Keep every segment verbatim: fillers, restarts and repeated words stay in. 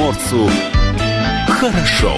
комсомольцу хорошо.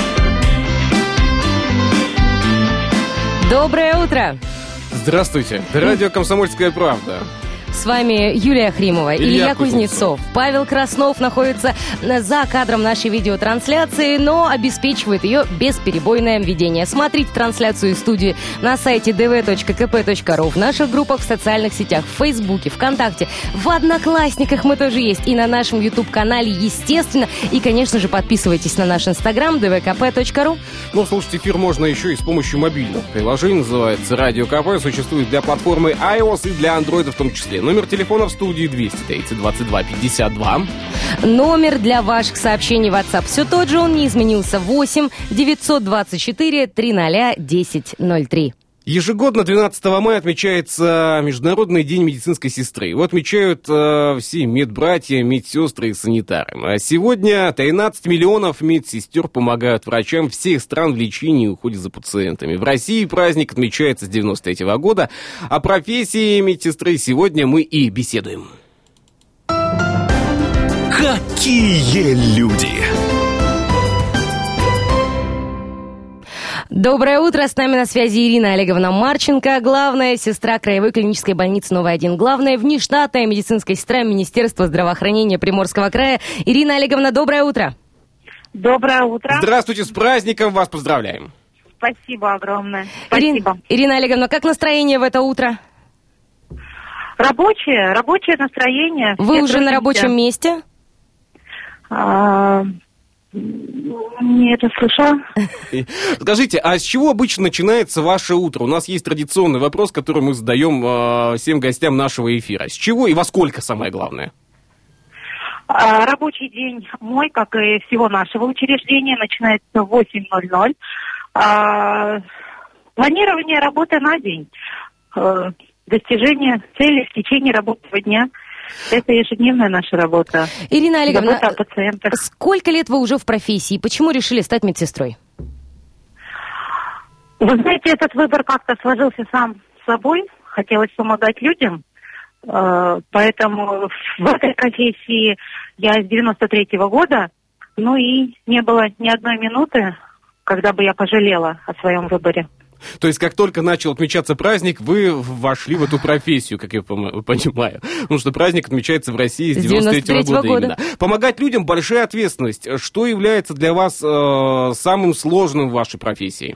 Доброе утро! Здравствуйте, это радио «Комсомольская правда». С вами Юлия Хримова, Илья, Илья Кузнецов. Кузнецов. Павел Краснов находится за кадром нашей видеотрансляции, но обеспечивает ее бесперебойное ведение. Смотрите трансляцию из студии на сайте ди ви точка ка пэ точка ру, в наших группах в социальных сетях, в Фейсбуке, ВКонтакте, в Одноклассниках мы тоже есть, и на нашем YouTube-канале, естественно. И, конечно же, подписывайтесь на наш Инстаграм ди ви ка пэ точка ру. Ну, слушать эфир можно еще и с помощью мобильного приложения, называется «Радио КП», существует для платформы iOS и для Android в том числе. Номер телефона в студии двести тридцать двадцать два пятьдесят два. Номер для ваших сообщений в WhatsApp все тот же, он не изменился. восемь девятьсот двадцать четыре триста десять ноль три. Ежегодно двенадцатого мая отмечается Международный день медицинской сестры. Его отмечают э, все медбратья, медсестры и санитары. А сегодня тринадцать миллионов медсестер помогают врачам всех стран в лечении и уходе за пациентами. В России праздник отмечается с девяносто третьего года. О профессии медсестры сегодня мы и беседуем. Какие люди! Доброе утро, с нами на связи Ирина Олеговна Марченко, главная сестра Краевой клинической больницы Новый один, главная внештатная медицинская сестра Министерства здравоохранения Приморского края. Ирина Олеговна, доброе утро. Доброе утро. Здравствуйте, с праздником вас поздравляем. Спасибо огромное. Спасибо. Ирина, Ирина Олеговна, как настроение в это утро? Рабочее, рабочее настроение. Вы Все уже трудимся. на рабочем месте? А, не это слышала. Скажите, а с чего обычно начинается ваше утро? У нас есть традиционный вопрос, который мы задаем э, всем гостям нашего эфира. С чего и во сколько, самое главное? А, рабочий день мой, как и всего нашего учреждения, начинается в восемь ноль ноль. А, планирование работы на день. А, достижение цели в течение рабочего дня. Это ежедневная наша работа. Ирина Олеговна, Забота о пациентах. сколько лет вы уже в профессии? Почему решили стать медсестрой? Вы знаете, этот выбор как-то сложился сам собой. Хотелось помогать людям. Э, Поэтому в этой профессии я с девяносто третьего года. Ну и не было ни одной минуты, когда бы я пожалела о своем выборе. То есть, как только начал отмечаться праздник, вы вошли в эту профессию, как я пом- понимаю. Потому что праздник отмечается в России с девяносто третьего года, года именно. Помогать людям – большая ответственность. Что является для вас э, самым сложным в вашей профессии?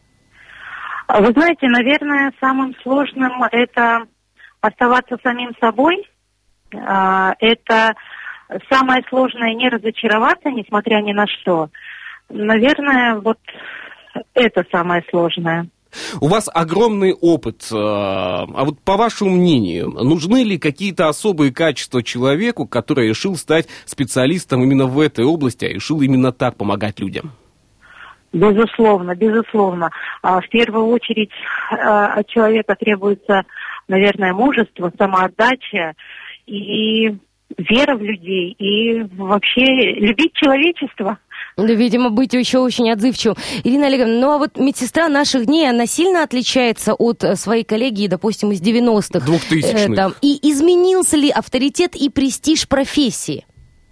Вы знаете, наверное, самым сложным это оставаться самим собой. А, Это самое сложное не разочароваться, несмотря ни на что. Наверное, вот это самое сложное. У вас огромный опыт. э, А вот по вашему мнению, нужны ли какие-то особые качества человеку, который решил стать специалистом именно в этой области, а решил именно так помогать людям? Безусловно, безусловно. А, В первую очередь а, от человека требуется, наверное, мужество, самоотдача и вера в людей, и вообще любить человечество. Да, видимо, быть еще очень отзывчивым. Ирина Олеговна, ну а вот медсестра наших дней, она сильно отличается от э, своей коллеги, допустим, из девяностых? Двухтысячных. Э, там. И изменился ли авторитет и престиж профессии?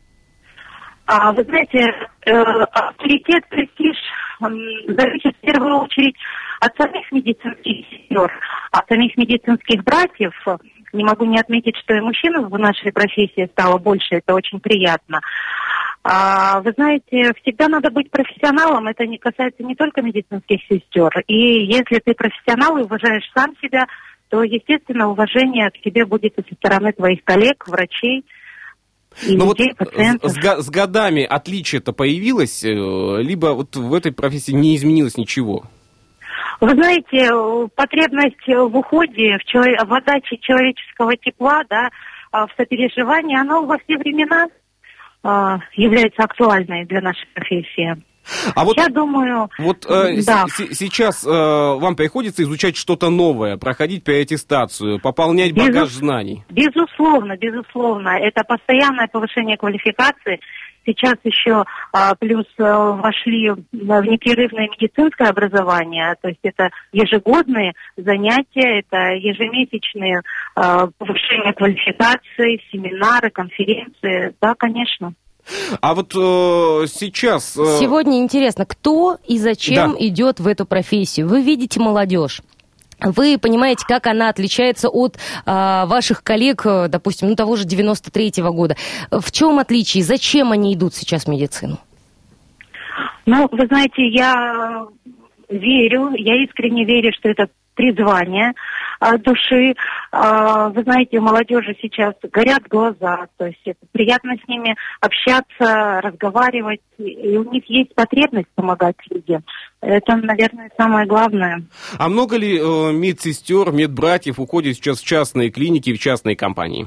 А, вы знаете, э, авторитет, престиж м, зависит в первую очередь от самих медицинских сестер, от самих медицинских братьев. Не могу не отметить, что и мужчин в нашей профессии стало больше, это очень приятно. А, вы знаете, всегда надо быть профессионалом, это не касается не только медицинских сестер. И если ты профессионал и уважаешь сам себя, то, естественно, уважение к тебе будет и со стороны твоих коллег, врачей. И Но людей, вот пациентов. с, с, с годами отличие-то появилось, э, либо вот в этой профессии не изменилось ничего? Вы знаете, потребность в уходе, в, чело- в отдаче человеческого тепла, да, в сопереживании, она во все времена а, является актуальной для нашей профессии. А вот, Я думаю, вот э, да. с- с- сейчас э, вам приходится изучать что-то новое, проходить переаттестацию, пополнять Безус- багаж знаний. Безусловно, безусловно, это постоянное повышение квалификации. Сейчас еще а, плюс а, вошли в непрерывное медицинское образование, то есть это ежегодные занятия, это ежемесячные а, повышения квалификации, семинары, конференции, да, конечно. А вот э, сейчас... Э... Сегодня интересно, кто и зачем да. идет в эту профессию? Вы видите молодежь. Вы понимаете, как она отличается от а, ваших коллег, допустим, ну, того же девяносто третьего года. В чем отличие? Зачем они идут сейчас в медицину? Ну, вы знаете, я верю, я искренне верю, что это призвание а, души. А, вы знаете, у молодежи сейчас горят глаза, то есть это приятно с ними общаться, разговаривать, и у них есть потребность помогать людям. Это, наверное, самое главное. А много ли э, медсестер, медбратьев уходит сейчас в частные клиники, в частные компании?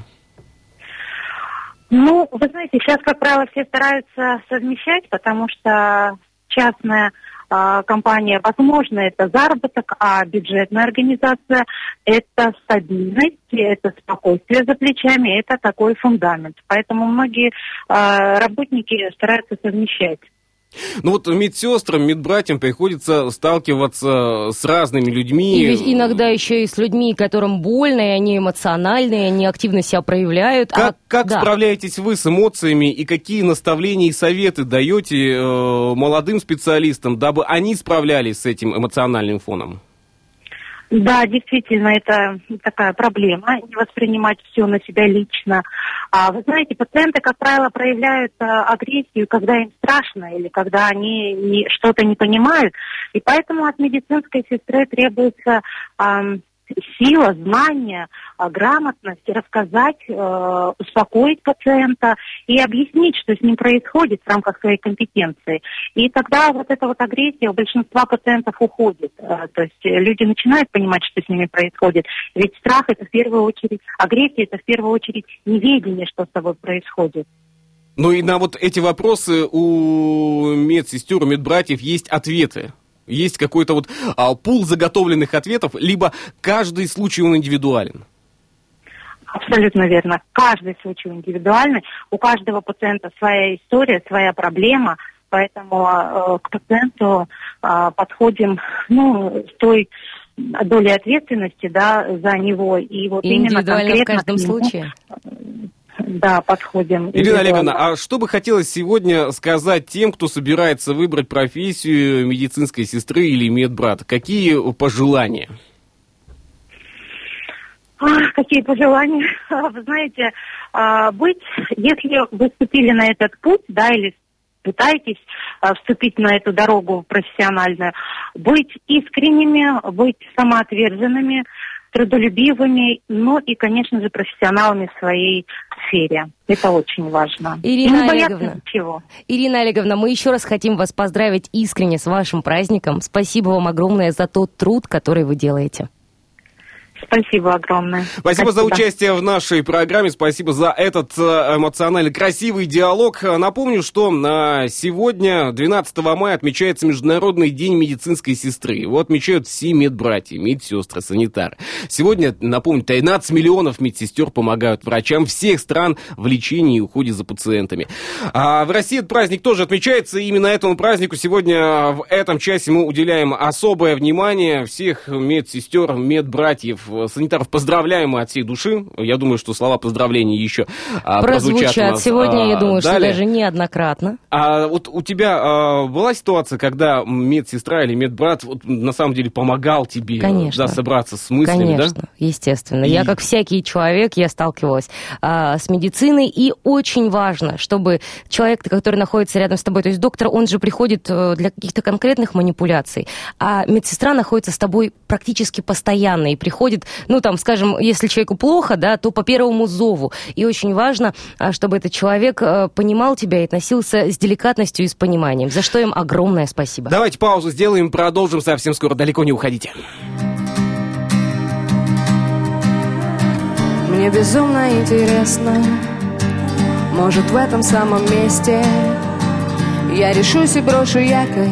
Ну, вы знаете, сейчас, как правило, все стараются совмещать, потому что частная э, компания, возможно, это заработок, а бюджетная организация – это стабильность, это спокойствие за плечами, это такой фундамент. Поэтому многие э, работники стараются совмещать. Ну вот медсестрам, медбратьям приходится сталкиваться с разными людьми. И ведь иногда еще и с людьми, которым больно, и они эмоциональные, они активно себя проявляют. Как, а... как да. справляетесь вы с эмоциями и какие наставления и советы даете э, молодым специалистам, дабы они справлялись с этим эмоциональным фоном? Да, действительно, это такая проблема, не воспринимать все на себя лично. А, вы знаете, пациенты, как правило, проявляют а, агрессию, когда им страшно или когда они не, что-то не понимают. И поэтому от медицинской сестры требуется а, сила, знания, а, грамотность, рассказать, а, успокоить пациента и объяснить, что с ним происходит в рамках своей компетенции. И тогда вот эта вот агрессия у большинства пациентов уходит. А, то есть люди начинают понимать, что с ними происходит. Ведь страх – это в первую очередь, агрессия – это в первую очередь неведение, что с тобой происходит. Ну и на вот эти вопросы у медсестер, у медбратьев есть ответы. Есть какой-то вот а, пул заготовленных ответов, либо каждый случай он индивидуален? Абсолютно верно. Каждый случай индивидуальный. У каждого пациента своя история, своя проблема. Поэтому э, к пациенту э, подходим ну, с той долей ответственности, да, за него. И вот именно конкретно в каждом случае. Да, подходим. Ирина Олеговна, а что бы хотелось сегодня сказать тем, кто собирается выбрать профессию медицинской сестры или медбрата? Какие пожелания? А, какие пожелания? Вы знаете, быть, если вы вступили на этот путь, да, или пытаетесь вступить на эту дорогу профессиональную, быть искренними, быть самоотверженными, трудолюбивыми, ну и, конечно же, профессионалами в своей сфере. Это очень важно. Ирина и не бояться Олеговна, ничего. Ирина Олеговна, мы еще раз хотим вас поздравить искренне с вашим праздником. Спасибо вам огромное за тот труд, который вы делаете. Спасибо огромное. Спасибо, Спасибо за участие в нашей программе, спасибо за этот эмоционально красивый диалог. Напомню, что сегодня, двенадцатого мая, отмечается Международный день медицинской сестры. Его отмечают все медбратья, медсестры, санитары. Сегодня, напомню, тринадцать миллионов медсестер помогают врачам всех стран в лечении и уходе за пациентами. А в России этот праздник тоже отмечается, и именно этому празднику сегодня в этом часе мы уделяем особое внимание. Всех медсестер, медбратьев, санитаров поздравляем от всей души. Я думаю, что слова поздравления еще а, прозвучат, прозвучат у нас сегодня, а, я думаю, далее. что даже неоднократно. А вот у тебя а, была ситуация, когда медсестра или медбрат вот, на самом деле помогал тебе да, собраться с мыслями? Конечно, да? естественно. И... Я, как всякий человек, я сталкивалась а, с медициной, и очень важно, чтобы человек, который находится рядом с тобой, то есть доктор, он же приходит для каких-то конкретных манипуляций, а медсестра находится с тобой практически постоянно и приходит, ну, там, скажем, если человеку плохо, да, то по первому зову. И очень важно, чтобы этот человек понимал тебя и относился с деликатностью и с пониманием, за что им огромное спасибо. Давайте паузу сделаем, продолжим совсем скоро. Далеко не уходите. Мне безумно интересно, может, в этом самом месте я решусь и брошу якорь.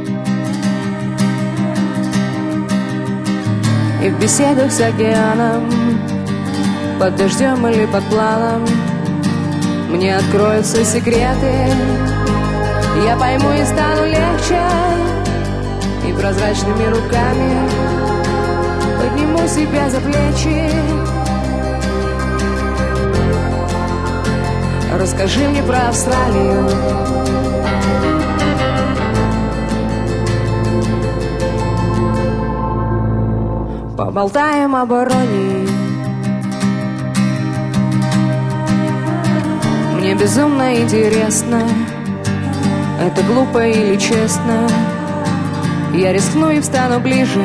И в беседах с океаном, под дождем или под планом, мне откроются секреты. Я пойму и стану легче, и прозрачными руками подниму себя за плечи. Расскажи мне про Австралию. Поболтаем об иронии. Мне безумно интересно, это глупо или честно. Я рискну и встану ближе.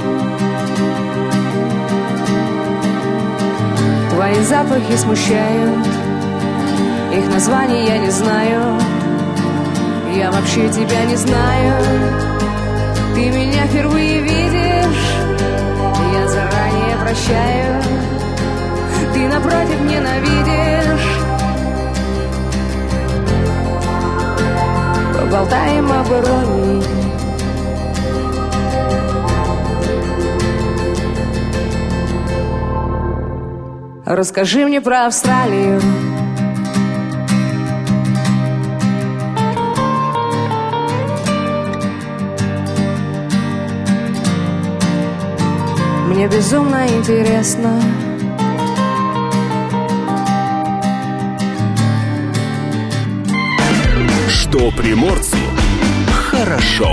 Твои запахи смущают, их названий я не знаю. Я вообще тебя не знаю. Ты меня впервые видишь, я заранее прощаю. Ты напротив ненавидишь. Поболтаем об иронии. Расскажи мне про Австралию. Мне безумно интересно. Что приморцу хорошо.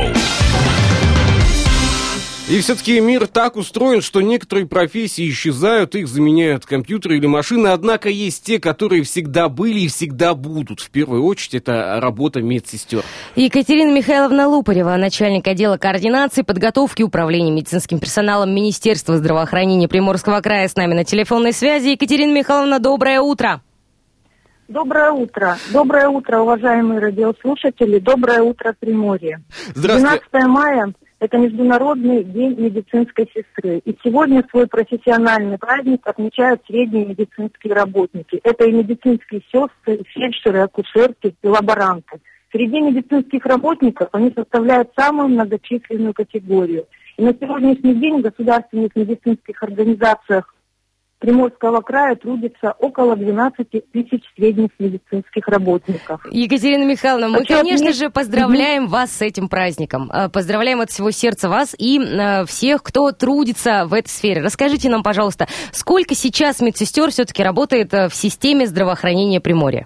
И все-таки мир так устроен, что некоторые профессии исчезают, их заменяют компьютеры или машины, однако есть те, которые всегда были и всегда будут. В первую очередь это работа медсестер. Екатерина Михайловна Лупарева, начальник отдела координации, подготовки и управления медицинским персоналом Министерства здравоохранения Приморского края, с нами на телефонной связи. Екатерина Михайловна, доброе утро. Доброе утро. Доброе утро, уважаемые радиослушатели. Доброе утро, Приморье. двенадцатое мая – это Международный день медицинской сестры. И сегодня свой профессиональный праздник отмечают средние медицинские работники. Это и медицинские сестры, и фельдшеры, акушерки, и лаборанты. Среди медицинских работников они составляют самую многочисленную категорию. И на сегодняшний день в государственных медицинских организациях Приморского края трудится около двенадцати тысяч средних медицинских работников. Екатерина Михайловна, мы, Хочу конечно отметить... же, поздравляем mm-hmm. вас с этим праздником. Поздравляем от всего сердца вас и э, всех, кто трудится в этой сфере. Расскажите нам, пожалуйста, сколько сейчас медсестер все-таки работает в системе здравоохранения Приморья?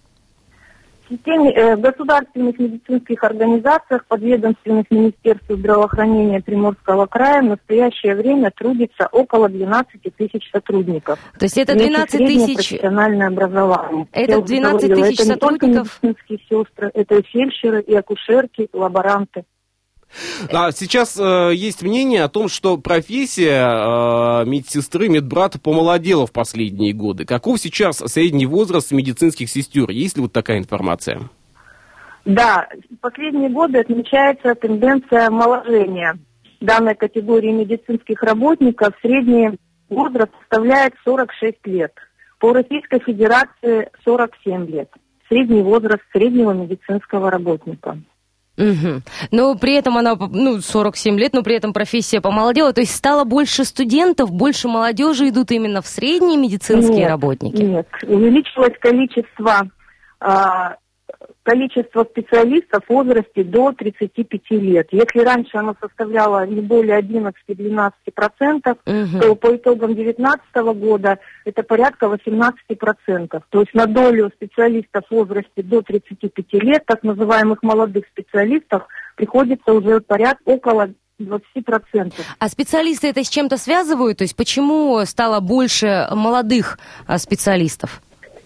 В системе э, государственных медицинских организациях, подведомственных Министерству здравоохранения Приморского края в настоящее время трудится около двенадцати тысяч сотрудников. То есть это двенадцать тысяч... профессиональное образование. Это двенадцать тысяч это сотрудников? Это не только медицинские сестры, это и фельдшеры, и акушерки, и лаборанты. А сейчас э, есть мнение о том, что профессия э, медсестры, медбрата помолодела в последние годы. Каков сейчас средний возраст медицинских сестер? Есть ли вот такая информация? Да, в последние годы отмечается тенденция омоложения данной категории медицинских работников. Средний возраст составляет сорок шесть лет. По Российской Федерации сорок семь лет. Средний возраст среднего медицинского работника. Угу. Но при этом она, ну, сорок семь лет, но при этом профессия помолодела. То есть стало больше студентов, больше молодежи идут именно в средние медицинские нет, работники? Нет, увеличилось количество, а, количество специалистов в возрасте до тридцати пяти лет. Если раньше оно составляло не более одиннадцати-двенадцати процентов, угу. то по итогам две тысячи девятнадцатого года это порядка восемнадцати процентов. То есть на долю специалистов в возрасте до тридцати пяти лет, так называемых молодых специалистов, приходится уже порядка около двадцати процентов. А специалисты это с чем-то связывают? То есть почему стало больше молодых специалистов?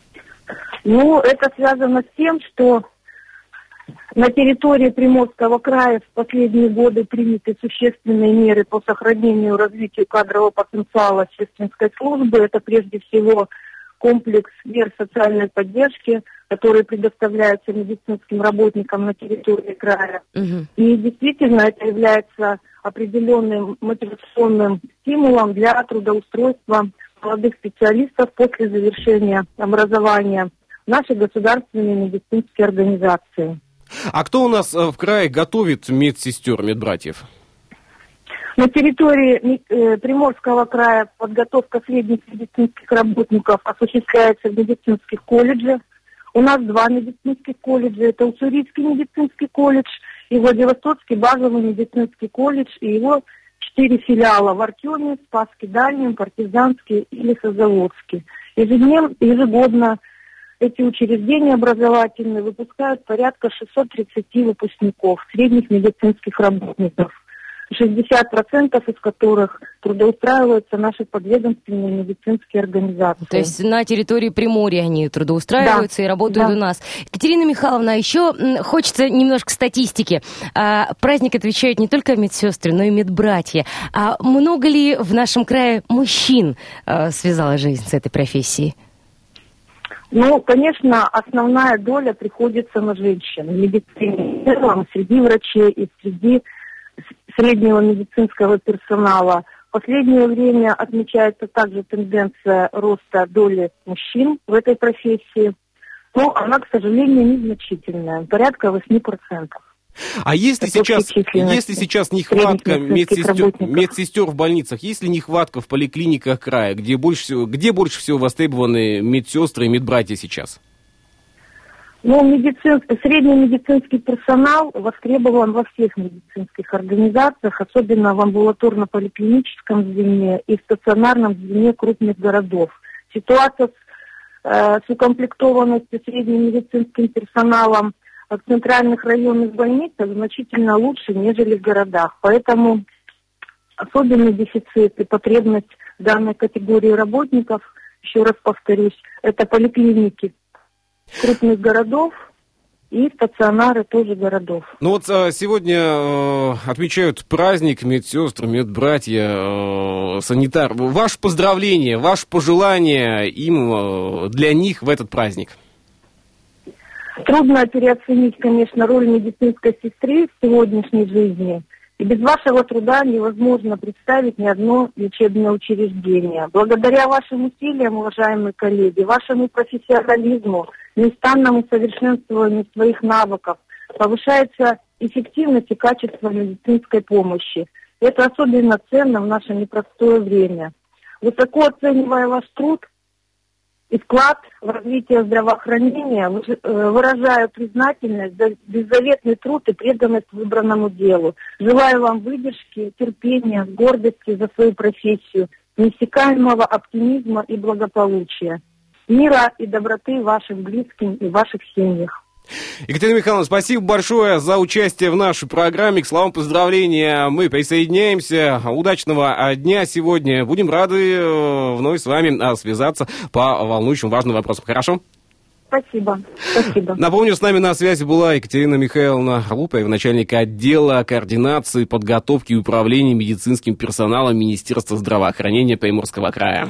Ну, это связано с тем, что на территории Приморского края в последние годы приняты существенные меры по сохранению и развитию кадрового потенциала сестринской службы. Это прежде всего комплекс мер социальной поддержки, которые предоставляются медицинским работникам на территории края. Угу. И действительно это является определенным мотивационным стимулом для трудоустройства молодых специалистов после завершения образования в наши государственные медицинские организации. А кто у нас в крае готовит медсестер, медбратьев? На территории э, Приморского края подготовка средних медицинских работников осуществляется в медицинских колледжах. У нас два медицинских колледжа. Это Уссурийский медицинский колледж и Владивостокский базовый медицинский колледж и его четыре филиала в Артеме, Спасске Дальнем, Партизанске и Лесозаводске. Ежедневно, ежегодно Эти учреждения образовательные выпускают порядка шестьсот тридцать выпускников, средних медицинских работников, шестьдесят процентов из которых трудоустраиваются наши подведомственные медицинские организации. То есть на территории Приморья они трудоустраиваются, да, и работают, да, у нас. Екатерина Михайловна, еще хочется немножко статистики. А, праздник отвечают не только медсестры, но и медбратья. А много ли в нашем крае мужчин а, связала жизнь с этой профессией? Ну, конечно, основная доля приходится на женщин. В медицине в целом, среди врачей и среди среднего медицинского персонала. В последнее время отмечается также тенденция роста доли мужчин в этой профессии, но она, к сожалению, незначительная, порядка восемь процентов. А если сейчас, если сейчас нехватка медсестер, медсестер в больницах, есть ли нехватка в поликлиниках края, где больше всего, где больше всего востребованы медсестры и медбратья сейчас? Ну, медицинский, средний медицинский персонал востребован во всех медицинских организациях, особенно в амбулаторно-поликлиническом звене и в стационарном звене крупных городов. Ситуация с, э, с укомплектованностью средним медицинским персоналом в центральных районных больницах значительно лучше, нежели в городах. Поэтому особенный дефицит и потребность данной категории работников, еще раз повторюсь, это поликлиники крупных городов и стационары тоже городов. Ну вот сегодня э, отмечают праздник медсестры, медбратья, э, санитар. Ваше поздравление, ваше пожелание им, э, для них в этот праздник? Трудно переоценить, конечно, роль медицинской сестры в сегодняшней жизни. И без вашего труда невозможно представить ни одно лечебное учреждение. Благодаря вашим усилиям, уважаемые коллеги, вашему профессионализму, неустанному совершенствованию своих навыков повышается эффективность и качество медицинской помощи. Это особенно ценно в наше непростое время. Высоко оценивая ваш труд и вклад в развитие здравоохранения, выражаю признательность за беззаветный труд и преданность выбранному делу. Желаю вам выдержки, терпения, гордости за свою профессию, неиссякаемого оптимизма и благополучия, мира и доброты вашим близким и ваших семьях. Екатерина Михайловна, спасибо большое за участие в нашей программе. К словам поздравления мы присоединяемся. Удачного дня сегодня. Будем рады вновь с вами связаться по волнующим важным вопросам. Хорошо? Спасибо. Спасибо. Напомню, с нами на связи была Екатерина Михайловна Лупаева, начальник отдела координации, подготовки и управления медицинским персоналом Министерства здравоохранения Приморского края.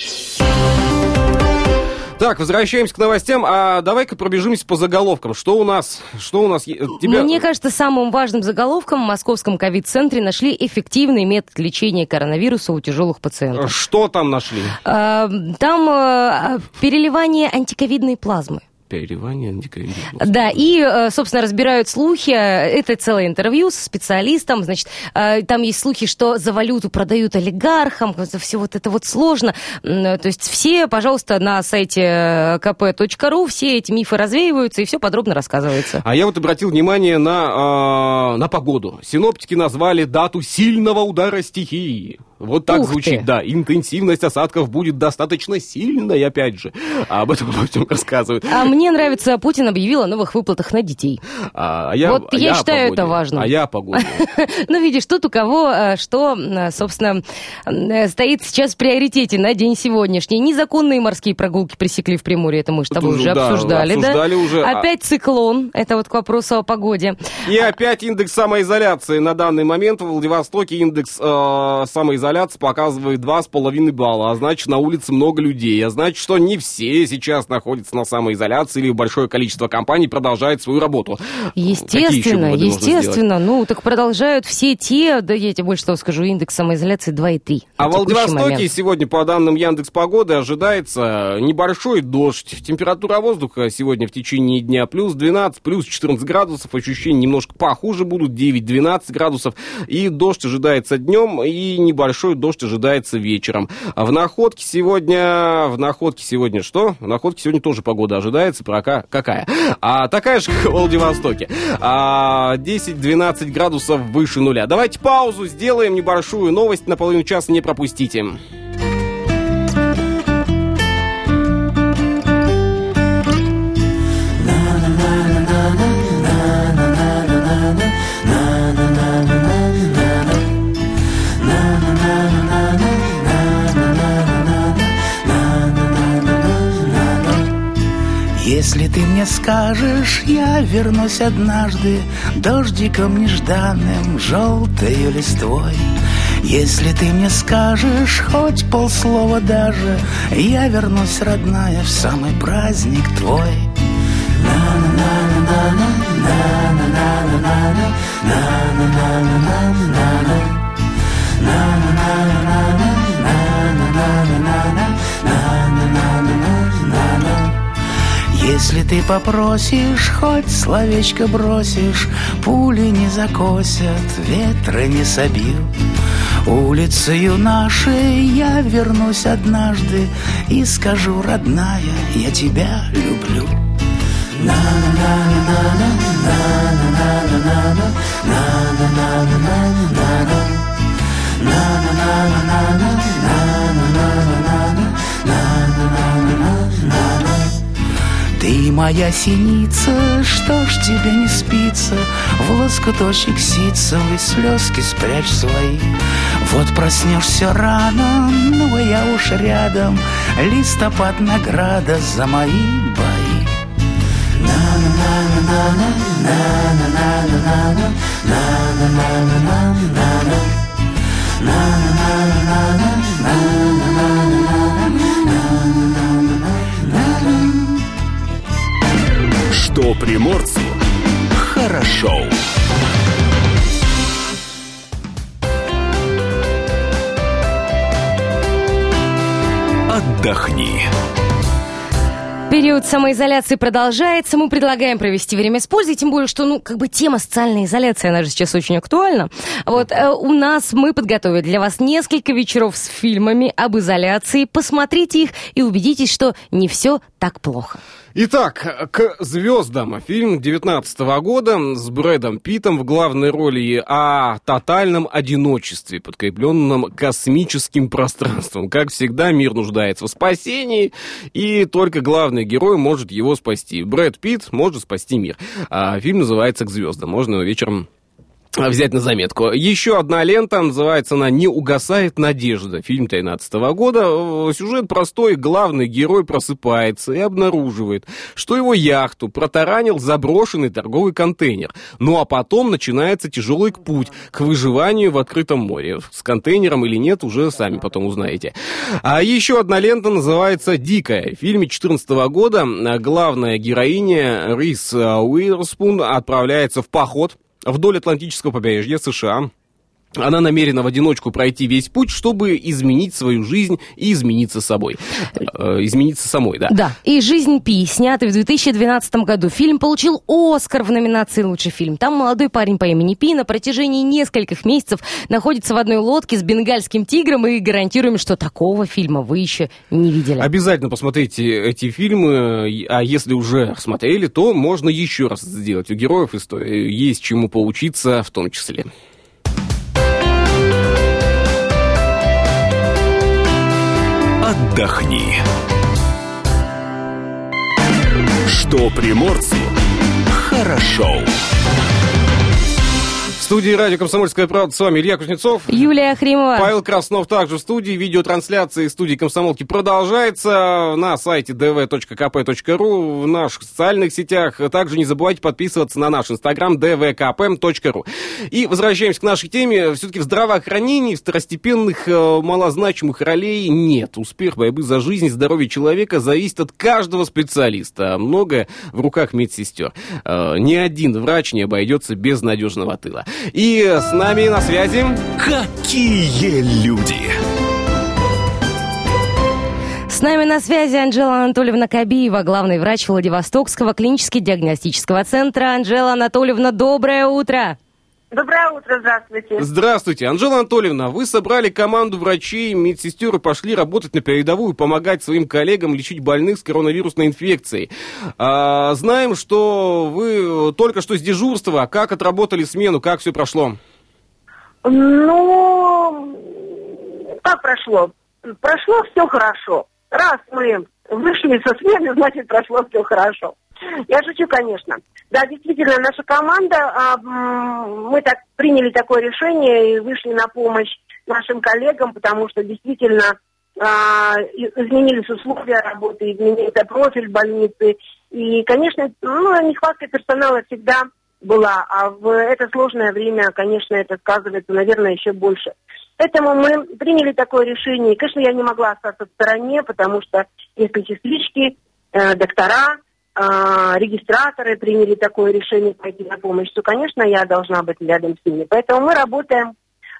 Так, возвращаемся к новостям, а давай-ка пробежимся по заголовкам. Что у нас? Что у нас? Тебя... Мне кажется, самым важным заголовком в московском ковид-центре нашли эффективный метод лечения коронавируса у тяжелых пациентов. Что там нашли? Там переливание антиковидной плазмы. Переливание антиковидной. Да, и, собственно, разбирают слухи. Это целое интервью со специалистом. Значит, там есть слухи, что за валюту продают олигархам. Все вот это вот сложно. То есть все, пожалуйста, на сайте ка пэ точка ру все эти мифы развеиваются и все подробно рассказывается. А я вот обратил внимание на, на погоду. Синоптики назвали дату сильного удара стихии. Вот так Ух звучит, ты. Да. Интенсивность осадков будет достаточно сильной, опять же. А об этом обо всем рассказывают. А мне нравится, Путин объявил о новых выплатах на детей. А я, вот а я, я считаю, это важно. А я о погоде. Ну, видишь, тут у кого что, собственно, стоит сейчас в приоритете на день сегодняшний. Незаконные морские прогулки пресекли в Приморье, это мы с тобой уже обсуждали, да? Обсуждали уже. Опять циклон, это вот к вопросу о погоде. И опять индекс самоизоляции. На данный момент в Владивостоке индекс э, самоизоляции показывает два с половиной балла, а значит, на улице много людей, а значит, что не все сейчас находятся на самоизоляции или большое количество компаний продолжает свою работу. Естественно, естественно. Ну, так продолжают все те, да я тебе больше того скажу, индекс самоизоляции два и три. А в Владивостоке сегодня, по данным Яндекс.Погоды, ожидается небольшой дождь. Температура воздуха сегодня в течение дня плюс двенадцать, плюс четырнадцать градусов, ощущения немножко похуже будут, девять-двенадцать градусов, и дождь ожидается днем, и небольшой дождь ожидается вечером. А в Находке сегодня... В Находке сегодня что? В Находке сегодня тоже погода ожидается. Пока какая? А такая же, как в Владивостоке. А, десять-двенадцать градусов выше нуля. Давайте паузу сделаем небольшую. Новость на половину часа не пропустите. Если ты мне скажешь, я вернусь однажды дождиком нежданным, желтою листвой. Если ты мне скажешь хоть полслова даже, я вернусь, родная, в самый праздник твой. Если ты попросишь, хоть словечко бросишь, пули не закосят, ветры не собьют. Улицею нашей я вернусь однажды и скажу, родная, я тебя люблю. Ты моя синица, что ж тебе не спится, в лоскуточек ситцевый слезки спрячь свои. Вот проснешься рано, ну а я уж рядом, листопад награда за мои бои. Что приморцу хорошо. Отдохни. Период самоизоляции продолжается. Мы предлагаем провести время с пользой, тем более, что, ну, как бы тема социальной изоляции, она же сейчас очень актуальна. Вот э, у нас мы подготовили для вас несколько вечеров с фильмами об изоляции. Посмотрите их и убедитесь, что не все так плохо. Итак, к звездам. Фильм девятнадцатого года с Брэдом Питтом в главной роли о тотальном одиночестве, подкрепленном космическим пространством. Как всегда, мир нуждается в спасении, и только главный герой может его спасти. Брэд Питт может спасти мир. А фильм называется «К звездам». Можно его вечером взять на заметку. Еще одна лента, называется она «Не угасает надежда». Фильм тринадцатого года. Сюжет простой. Главный герой просыпается и обнаруживает, что его яхту протаранил заброшенный торговый контейнер. Ну а потом начинается тяжелый путь к выживанию в открытом море. С контейнером или нет, уже сами потом узнаете. А еще одна лента называется «Дикая». В фильме четырнадцатого года главная героиня Риз Уизерспун отправляется в поход вдоль Атлантического побережья США. Она намерена в одиночку пройти весь путь, чтобы изменить свою жизнь и измениться собой. Э, измениться самой, да. Да. И «Жизнь Пи», снятый в две тысячи двенадцатом году. Фильм получил «Оскар» в номинации «Лучший фильм». Там молодой парень по имени Пи на протяжении нескольких месяцев находится в одной лодке с бенгальским тигром, и гарантируем, что такого фильма вы еще не видели. Обязательно посмотрите эти фильмы, а если уже смотрели, то можно еще раз сделать. У героев истории есть чему поучиться в том числе. Отдохни. Что приморцу хорошо. В студии радио «Комсомольская правда» с вами Илья Кузнецов. Юлия Охримова. Павел Краснов также в студии. Видеотрансляция из студии «Комсомолки» продолжается на сайте ди ви точка ка пэ точка ру, в наших социальных сетях. Также не забывайте подписываться на наш инстаграм ди ви ка пэ точка ру. И возвращаемся к нашей теме. Все-таки в здравоохранении второстепенных малозначимых ролей нет. Успех борьбы за жизнь и здоровье человека зависит от каждого специалиста. Многое в руках медсестер. Ни один врач не обойдется без надежного тыла. И с нами на связи... Какие люди! С нами на связи Анжела Анатольевна Кабиева, главный врач Владивостокского клинически-диагностического центра. Анжела Анатольевна, доброе утро! Доброе утро, здравствуйте. Здравствуйте. Анжела Анатольевна, вы собрали команду врачей, медсестер и пошли работать на передовую, помогать своим коллегам лечить больных с коронавирусной инфекцией. А, знаем, что вы только что с дежурства. Как отработали смену, как все прошло? Ну, как прошло? Прошло все хорошо. Раз мы вышли со смены, значит, прошло все хорошо. Я шучу, конечно. Да, действительно, наша команда, мы так приняли такое решение и вышли на помощь нашим коллегам, потому что действительно изменились условия работы, изменился профиль больницы, И, конечно, ну, нехватка персонала всегда была, а в это сложное время, конечно, это сказывается, наверное, еще больше. Поэтому мы приняли такое решение. И, конечно, я не могла остаться в стороне, потому что если сестрички, э, доктора, э, регистраторы приняли такое решение пойти на помощь, то, конечно, я должна быть рядом с ними. Поэтому мы работаем.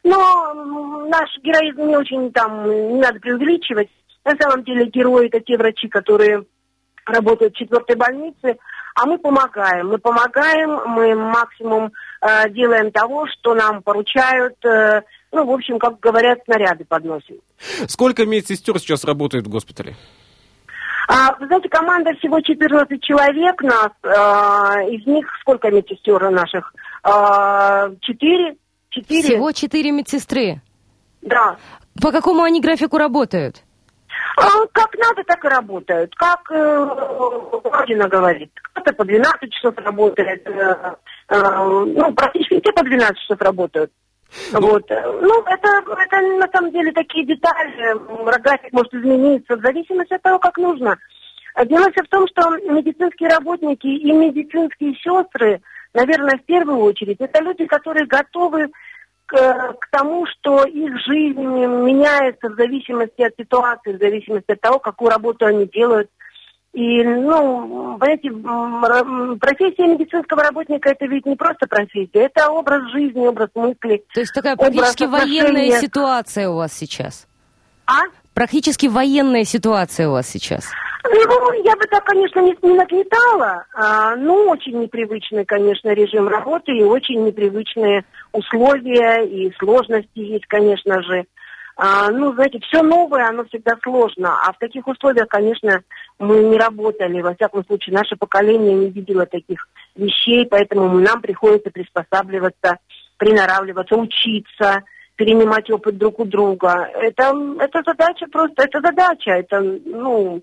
Но наш героизм не очень там, не надо преувеличивать. На самом деле герои это те врачи, которые работают в четвертой больнице, а мы помогаем. Мы помогаем, мы максимум э, делаем того, что нам поручают. Э, ну, в общем, как говорят, снаряды подносим. Сколько медсестер сейчас работает в госпитале? А, вы знаете, команда всего четырнадцать человек нас. Э, из них сколько медсестер наших? Четыре. Четыре. Всего четыре медсестры? Да. По какому они графику работают? А, как надо, так и работают. Как э, Родина говорит. Кто-то по двенадцать часов работает. Э, э, ну, практически все по двенадцать часов работают. Ну, вот. Ну, это, это на самом деле такие детали. График может измениться в зависимости от того, как нужно. Дело все в том, что медицинские работники и медицинские сестры, наверное, в первую очередь, это люди, которые готовы к, к тому, что их жизнь меняется в зависимости от ситуации, в зависимости от того, какую работу они делают. И, ну, понимаете, профессия медицинского работника – это ведь не просто профессия, это образ жизни, образ мысли. То есть такая практически военная ситуация у вас сейчас? А? Практически военная ситуация у вас сейчас? Ну, я бы так, конечно, не, не нагнетала, а, но очень непривычный, конечно, режим работы и очень непривычные условия и сложности есть, конечно же. А, ну, знаете, все новое, оно всегда сложно, а в таких условиях, конечно, мы не работали, во всяком случае, наше поколение не видело таких вещей, поэтому нам приходится приспосабливаться, приноравливаться, учиться, перенимать опыт друг у друга. Это, это задача просто, это задача, это, ну,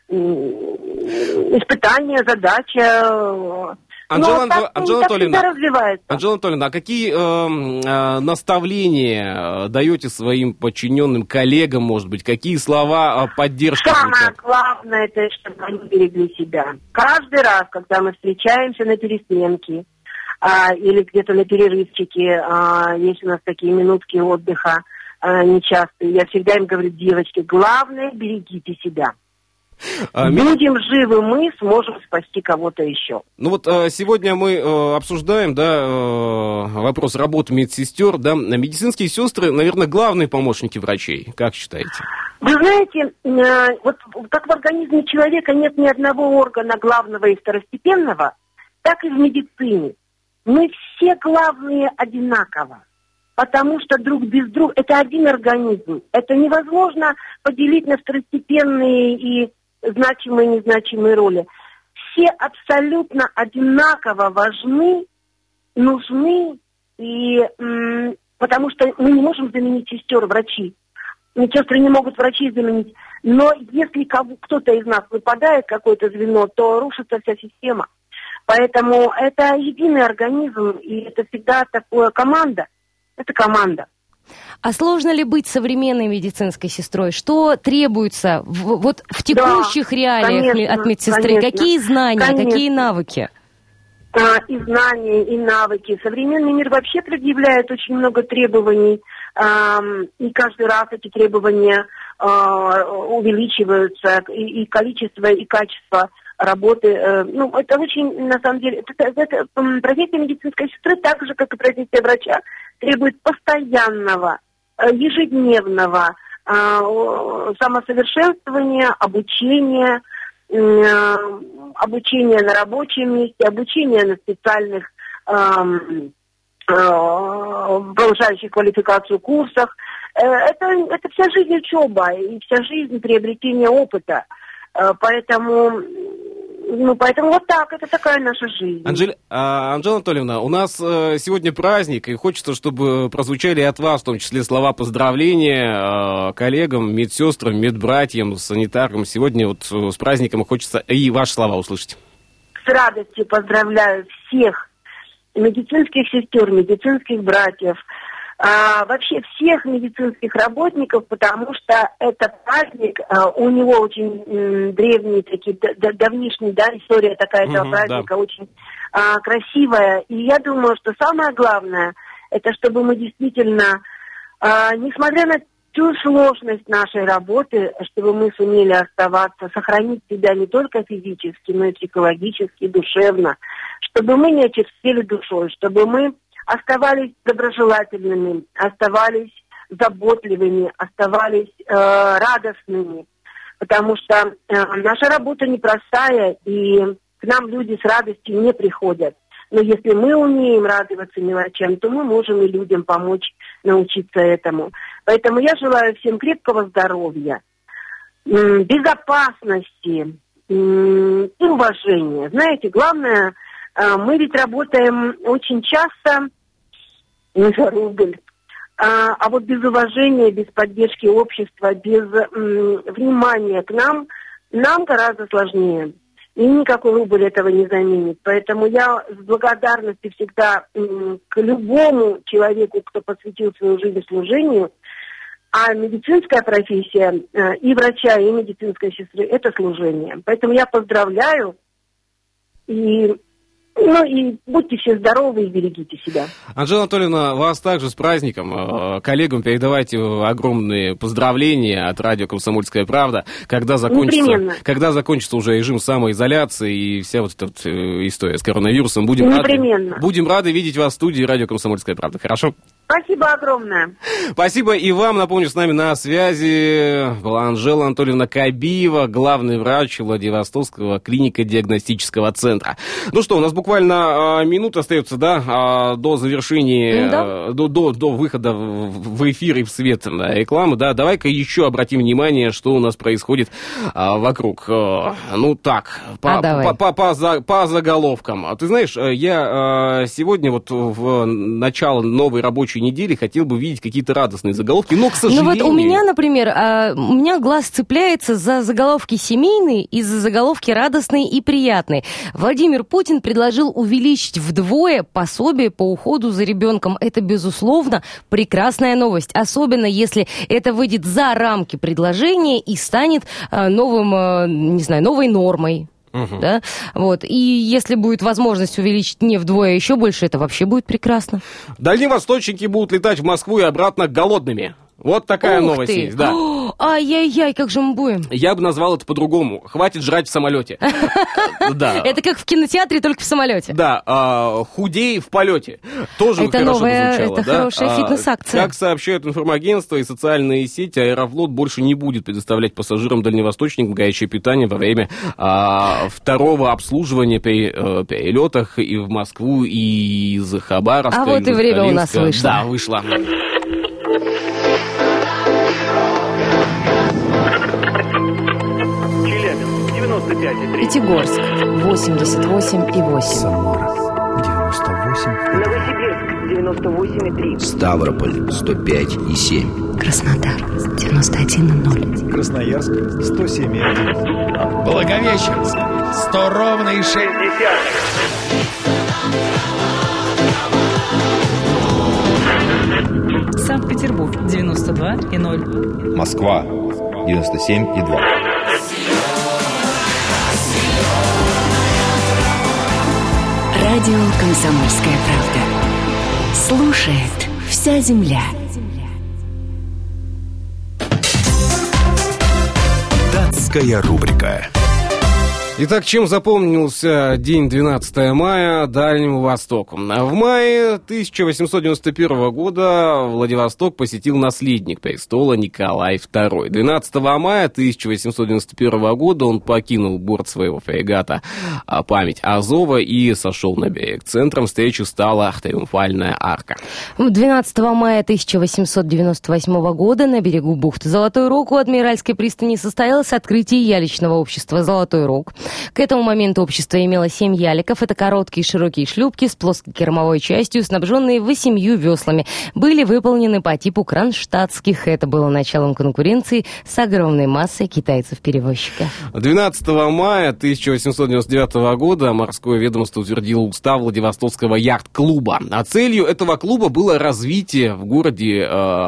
испытание, задача. Анжела, так, Анжела так Анатольевна, Анжела Анатольевна, а какие э, э, наставления даете своим подчиненным коллегам, может быть, какие слова поддержки? Самое главное, это чтобы они берегли себя. Каждый раз, когда мы встречаемся на пересменке а, или где-то на перерывчике, а, есть у нас такие минутки отдыха а, нечастые, я всегда им говорю: девочки, главное, берегите себя. А, Будем живы мы, сможем спасти кого-то еще. Ну вот сегодня мы э, обсуждаем, да, э, вопрос работы медсестер, да, медицинские сестры, наверное, главные помощники врачей, как считаете? Вы знаете, э, вот как в организме человека нет ни одного органа главного и второстепенного, так и в медицине. Мы все главные одинаково. Потому что друг без друга – это один организм. Это невозможно поделить на второстепенные и значимые и незначимые роли. Все абсолютно одинаково важны, нужны, и, м- потому что мы не можем заменить сестер, врачи. Медсестры не могут врачей заменить. Но если кто-то из нас выпадает, какое-то звено, то рушится вся система. Поэтому это единый организм, и это всегда такая команда. Это команда. А сложно ли быть современной медицинской сестрой? Что требуется в, вот в текущих да, реалиях конечно, от медсестры? Конечно, какие знания, конечно. Какие навыки? А, и знания, и навыки. Современный мир вообще предъявляет очень много требований. А, и каждый раз эти требования а, увеличиваются. И, и количество, и качество работы. Ну, это очень, на самом деле, это, это, профессия медицинской сестры, так же, как и профессия врача, требует постоянного, ежедневного самосовершенствования, обучения, обучения на рабочем месте, обучения на специальных повышающих квалификацию курсах. Это, это вся жизнь учеба и вся жизнь приобретения опыта. Поэтому, ну, поэтому вот так, это такая наша жизнь. Анжель, а, Анжела Анатольевна, у нас э, сегодня праздник, и хочется, чтобы прозвучали от вас, в том числе, слова поздравления э, коллегам, медсестрам, медбратьям, санитарам. Сегодня вот с праздником хочется и ваши слова услышать. С радостью поздравляю всех медицинских сестер, медицинских братьев, а, вообще всех медицинских работников, потому что это праздник, а, у него очень м, древние такие, д- д- давнишние, да, история такая этого Мгм, праздника, да. очень а, красивая. И я думаю, что самое главное, это чтобы мы действительно, а, несмотря на всю сложность нашей работы, чтобы мы сумели оставаться, сохранить себя не только физически, но и психологически, душевно, чтобы мы не очерствели душой, чтобы мы оставались доброжелательными, оставались заботливыми, оставались э, радостными, потому что э, наша работа непростая, и к нам люди с радостью не приходят. Но если мы умеем радоваться мелочам, то мы можем и людям помочь научиться этому. Поэтому я желаю всем крепкого здоровья, безопасности и уважения. Знаете, главное, мы ведь работаем очень часто не за рубль, а, а вот без уважения, без поддержки общества, без м, внимания к нам, нам гораздо сложнее. И никакой рубль этого не заменит. Поэтому я с благодарностью всегда м, к любому человеку, кто посвятил свою жизнь служению. А медицинская профессия э, и врача, и медицинской сестры – это служение. Поэтому я поздравляю. И, ну, и будьте все здоровы и берегите себя. Анжела Анатольевна, вас также с праздником. Коллегам передавайте огромные поздравления от радио «Комсомольская правда». Когда закончится, когда закончится уже режим самоизоляции и вся вот эта вот история с коронавирусом, будем рады, будем рады видеть вас в студии радио «Комсомольская правда». Хорошо? Спасибо огромное. Спасибо и вам. Напомню, с нами на связи была Анжела Анатольевна Кабиева, главный врач Владивостокского клинико-диагностического центра. Ну что, у нас буквально а, минута остается, да, а, до завершения, да. а, до, до, до выхода в, в эфир и в свет да, рекламы. Да, давай-ка еще обратим внимание, что у нас происходит а, вокруг. А, ну так, по, а по, по, по, по, по заголовкам. А ты знаешь, я а, сегодня вот в начало новой рабочей недели хотел бы видеть какие-то радостные заголовки, но, к сожалению... Ну вот у меня, например, у меня глаз цепляется за заголовки семейные и за заголовки радостные и приятные. Владимир Путин предложил увеличить вдвое пособие по уходу за ребенком. Это, безусловно, прекрасная новость, особенно если это выйдет за рамки предложения и станет новым, не знаю, новой нормой. Uh-huh. Да? Вот. И если будет возможность увеличить не вдвое, а еще больше, это вообще будет прекрасно. Дальневосточники будут летать в Москву и обратно голодными. Вот такая Ух новость ты. есть, да. Ай-яй-яй, как же мы будем? Я бы назвал это по-другому. Хватит жрать в самолете. Да. Это как в кинотеатре, только в самолете. Да, худей в полете. Тоже это хорошо новая, звучало. Это хорошая фитнес-акция. Как сообщают информагентства и социальные сети, Аэрофлот больше не будет предоставлять пассажирам дальневосточникам горячее питание во время второго обслуживания при перелетах и в Москву, и из Хабаровска. А вот и время у нас вышло. Да, вышло. Пятигорск восемьдесят восемь и восемь. Самара девяносто восемь. Новосибирск девяносто восемь и три. Ставрополь сто пять и семь. Краснодар девяносто один и ноль. Красноярск сто семь и один. Благовещенск сто ровно и шесть десятых. Санкт-Петербург девяносто два и ноль. Москва девяносто семь и два. Радио «Комсомольская правда». Слушает вся земля. Датская рубрика. Итак, чем запомнился день двенадцатого мая Дальнему Востоку? В мае тысяча восемьсот девяносто первого года Владивосток посетил наследник престола Николай второй. двенадцатого мая тысяча восемьсот девяносто первого года он покинул борт своего фрегата «Память Азова» и сошел на берег. Центром встречи стала Триумфальная арка. двенадцатого мая тысяча восемьсот девяносто восьмого года на берегу бухты Золотой Рог у Адмиральской пристани состоялось открытие яличного общества «Золотой Рог». К этому моменту общество имело семь яликов. Это короткие широкие шлюпки с плоской кормовой частью, снабженные восемью веслами. Были выполнены по типу кронштадтских. Это было началом конкуренции с огромной массой китайцев-перевозчиков. двенадцатого мая тысяча восемьсот девяносто девятого года морское ведомство утвердило устав Владивостокского яхт-клуба. А целью этого клуба было развитие в городе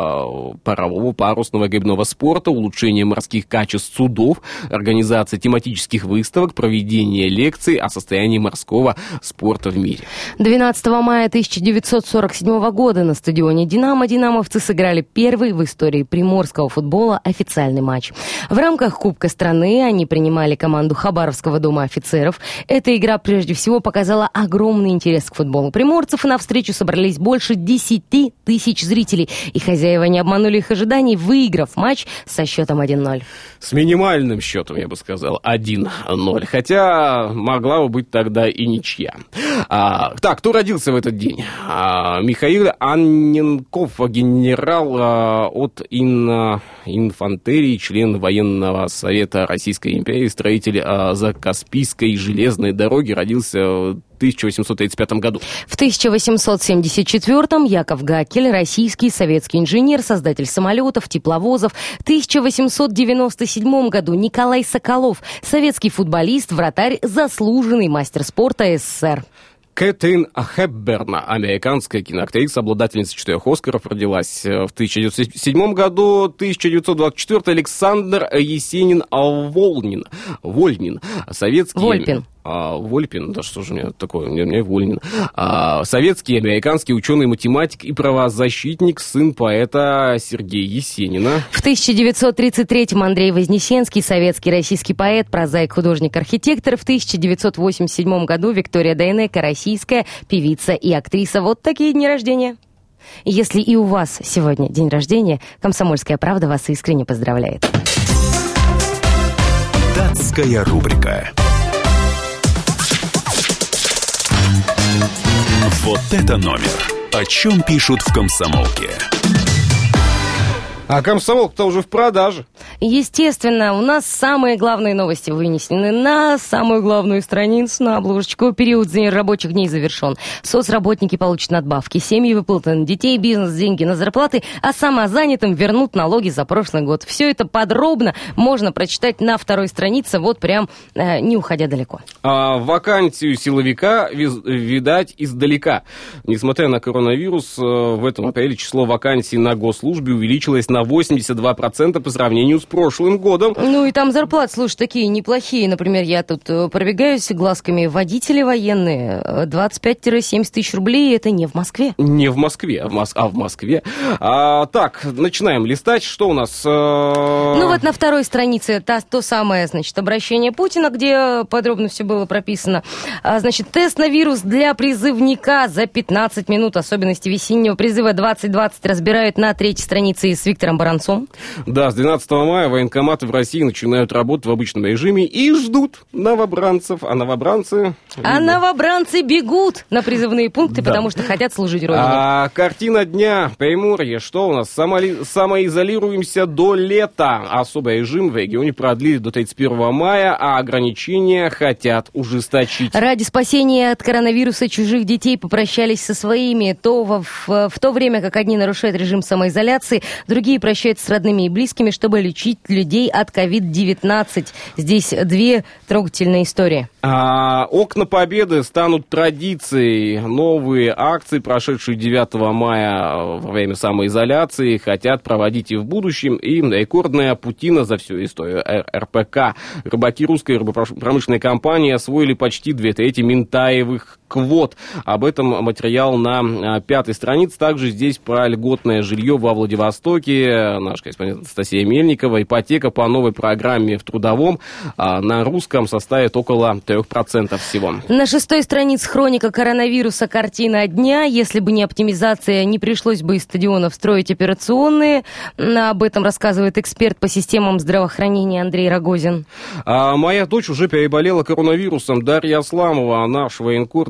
э, парового, парусного, гребного спорта, улучшение морских качеств судов, организация тематических выставок, проведение лекций о состоянии морского спорта в мире. двенадцатого мая тысяча девятьсот сорок седьмого года на стадионе «Динамо» динамовцы сыграли первый в истории приморского футбола официальный матч. В рамках Кубка страны они принимали команду Хабаровского дома офицеров. Эта игра прежде всего показала огромный интерес к футболу приморцев, и на встречу собрались больше десяти тысяч зрителей. И хозяева не обманули их ожиданий, выиграв матч со счетом один ноль. С минимальным счетом, я бы сказал, один ноль. Хотя могла бы быть тогда и ничья. А, так, кто родился в этот день? А, Михаил Анненков, генерал а, от ин, инфантерии, член военного совета Российской империи, строитель а, Закаспийской железной дороги, родился в тысяча восемьсот тридцать пятом году. В тысяча восемьсот семьдесят четвёртом Яков Гакель, российский советский инженер, создатель самолетов, тепловозов. В тысяча восемьсот девяносто седьмом году Николай Соколов, советский футболист, вратарь, заслуженный мастер спорта СССР. Кэтрин Хепберн, американская киноактриса, обладательница четырех Оскаров, родилась в тысяча девятьсот седьмом году. тысяча девятьсот двадцать четвёртый Александр Есенин Волнин, Вольнин, советский... Вольпин. А, Вольпин, да что же у меня такое, у меня Вольнин. А, советский, американский ученый, математик и правозащитник, сын поэта Сергея Есенина. В тысяча девятьсот тридцать третьем Андрей Вознесенский, советский российский поэт, прозаик, художник, архитектор. В тысяча девятьсот восемьдесят седьмом году Виктория Дайнеко, российская певица и актриса. Вот такие дни рождения. Если и у вас сегодня день рождения, «Комсомольская правда» вас искренне поздравляет. Датская рубрика. Вот это номер. О чем пишут в «Комсомолке». А «Комсомолка»-то уже в продаже. Естественно, у нас самые главные новости вынесены на самую главную страницу, на обложечку. Период рабочих дней завершен. Соцработники получат надбавки, семьи выплаты на детей, бизнес, деньги на зарплаты, а самозанятым вернут налоги за прошлый год. Все это подробно можно прочитать на второй странице, вот прям э, не уходя далеко. А вакансию силовика видать издалека. Несмотря на коронавирус, в этом апреле число вакансий на госслужбе увеличилось на восемьдесят два процента по сравнению с прошлым годом. Ну и там зарплаты, слушай, такие неплохие. Например, я тут пробегаюсь глазками. Водители военные двадцать пять - семьдесят тысяч рублей. Это не в Москве. Не в Москве, а в, Мос- а в Москве. А, так, начинаем листать. Что у нас? Ну вот на второй странице та, то самое, значит, обращение Путина, где подробно все было прописано. А, значит, тест на вирус для призывника за пятнадцать минут. Особенности весеннего призыва двадцать двадцать разбирают на третьей странице с Виктором Баранцом. Да, с двенадцатого мая военкоматы в России начинают работать в обычном режиме и ждут новобранцев. А новобранцы... А видно. новобранцы бегут на призывные пункты, да. потому что хотят служить Родине. А картина дня. Приморье. Что у нас? Самоли... Самоизолируемся до лета. Особый режим в регионе продлили до тридцать первого мая, а ограничения хотят ужесточить. Ради спасения от коронавируса чужих детей попрощались со своими. То в, в, в то время, как одни нарушают режим самоизоляции, другие прощаются с родными и близкими, чтобы лечить людей от ковид девятнадцать. Здесь две трогательные истории. А, окна Победы станут традицией. Новые акции, прошедшие девятого мая во время самоизоляции, хотят проводить и в будущем. И рекордная путина за всю историю эр пэ ка. Рыбаки русской рыбопромышленной компании освоили почти две трети минтаевых квот. Об этом материал на пятой странице. Также здесь про льготное жилье во Владивостоке. Наш корреспондент Анастасия Мельникова. Ипотека по новой программе в трудовом на русском составит около трех процентов всего. На шестой странице хроника коронавируса, картина дня. Если бы не оптимизация, не пришлось бы из стадионов строить операционные. Об этом рассказывает эксперт по системам здравоохранения Андрей Рогозин. А моя дочь уже переболела коронавирусом. Дарья Асламова, наш военкор,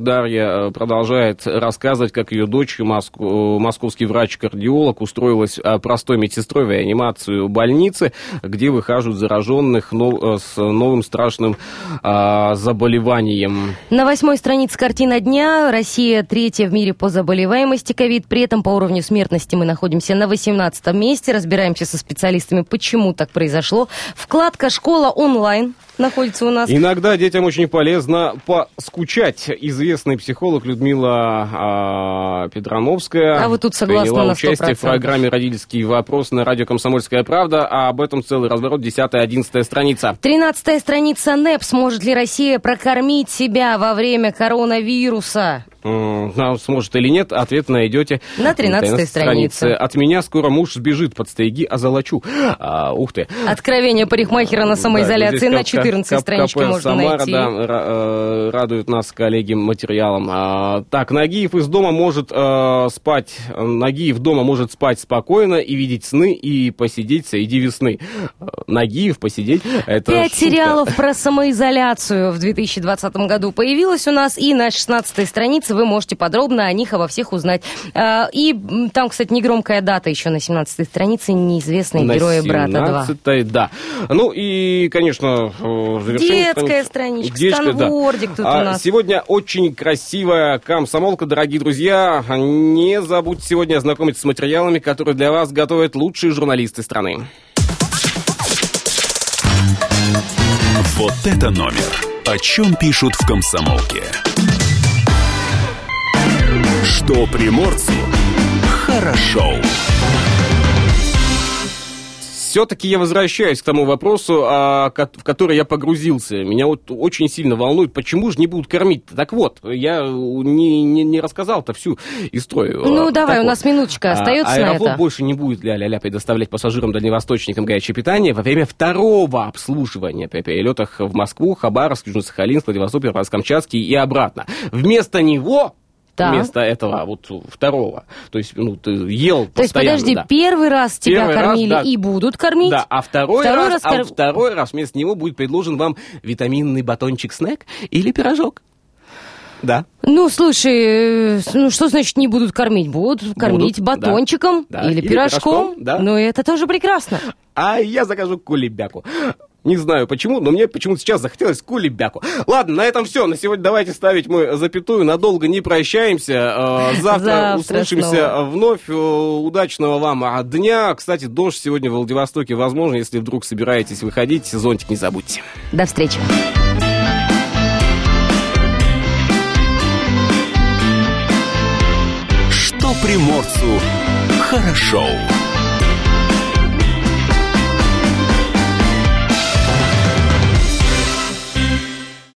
Дарья продолжает рассказывать, как ее дочь, моск... московский врач-кардиолог, устроилась простой медсестрой в реанимацию больницы, где выхаживают зараженных нов... с новым страшным а, заболеванием. На восьмой странице картина дня. Россия третья в мире по заболеваемости ковид. При этом по уровню смертности мы находимся на восемнадцатом месте. Разбираемся со специалистами, почему так произошло. Вкладка «Школа онлайн» находится у нас. Иногда детям очень полезно поскучать. Известный психолог Людмила а, Петрановская а вы тут согласны приняла на сто процентов. участие в программе «Родительский вопрос» на радио «Комсомольская правда», а об этом целый разворот, десятая-одиннадцатая страница. тринадцатая страница НЭП. Сможет ли Россия прокормить себя во время коронавируса? М-м, сможет или нет, ответ найдете на тринадцатой странице. От меня скоро муж сбежит, подстриги, озолочу. А, ух ты. Откровение парикмахера на самоизоляции, да, на четырнадцатой страничке можно Самара, найти. Да, радует нас коллеги материалом. А, так, Нагиев из дома может а, спать, Нагиев дома может спать спокойно и видеть сны, и посидеть среди весны. Нагиев посидеть, это Пять шутка. сериалов про самоизоляцию в две тысячи двадцатом году появилось у нас, и на шестнадцатой странице вы можете подробно о них, обо всех узнать. И там, кстати, негромкая дата еще на семнадцатой странице, «Неизвестные на герои брата два». Да. Ну и, конечно, завершение. Детская страничка, Детская, сканвордик да. тут а у нас. Сегодня очень красивая комсомолка, дорогие друзья. Не забудьте сегодня ознакомиться с материалами, которые для вас готовят лучшие журналисты страны. Вот это номер. О чем пишут в «Комсомолке». Что приморцу хорошо. Все-таки я возвращаюсь к тому вопросу, в который я погрузился. Меня вот очень сильно волнует, почему же не будут кормить. Так вот, я не, не, не рассказал-то всю историю. Ну, давай, так у вот, нас минуточка остается на это. Аэрофлот больше не будет ля-ля-ля предоставлять пассажирам-дальневосточникам горячее питание во время второго обслуживания при перелетах в Москву, Хабаровск, Южно-Сахалинск, Владивосток, Камчатский и обратно. Вместо него... Да. Вместо этого вот второго. То есть, ну, ты ел То постоянно. есть, подожди, да. первый раз тебя первый кормили раз, да. и будут кормить? Да, а второй, второй раз, раз кор... а второй раз вместо него будет предложен вам витаминный батончик-снэк или пирожок. Да. Ну, слушай, ну что значит не будут кормить? Будут кормить будут, батончиком да, да. или, или пирожком. пирожком, да. Ну, это тоже прекрасно. А я закажу кулебяку. Не знаю почему, но мне почему-то сейчас захотелось кулебяку. Ладно, на этом все. На сегодня давайте ставить мы запятую. Надолго не прощаемся. Завтра, Завтра услышимся снова. Вновь. Удачного вам дня. Кстати, дождь сегодня в Владивостоке возможно. Если вдруг собираетесь выходить, зонтик не забудьте. До встречи. Что приморцу хорошо.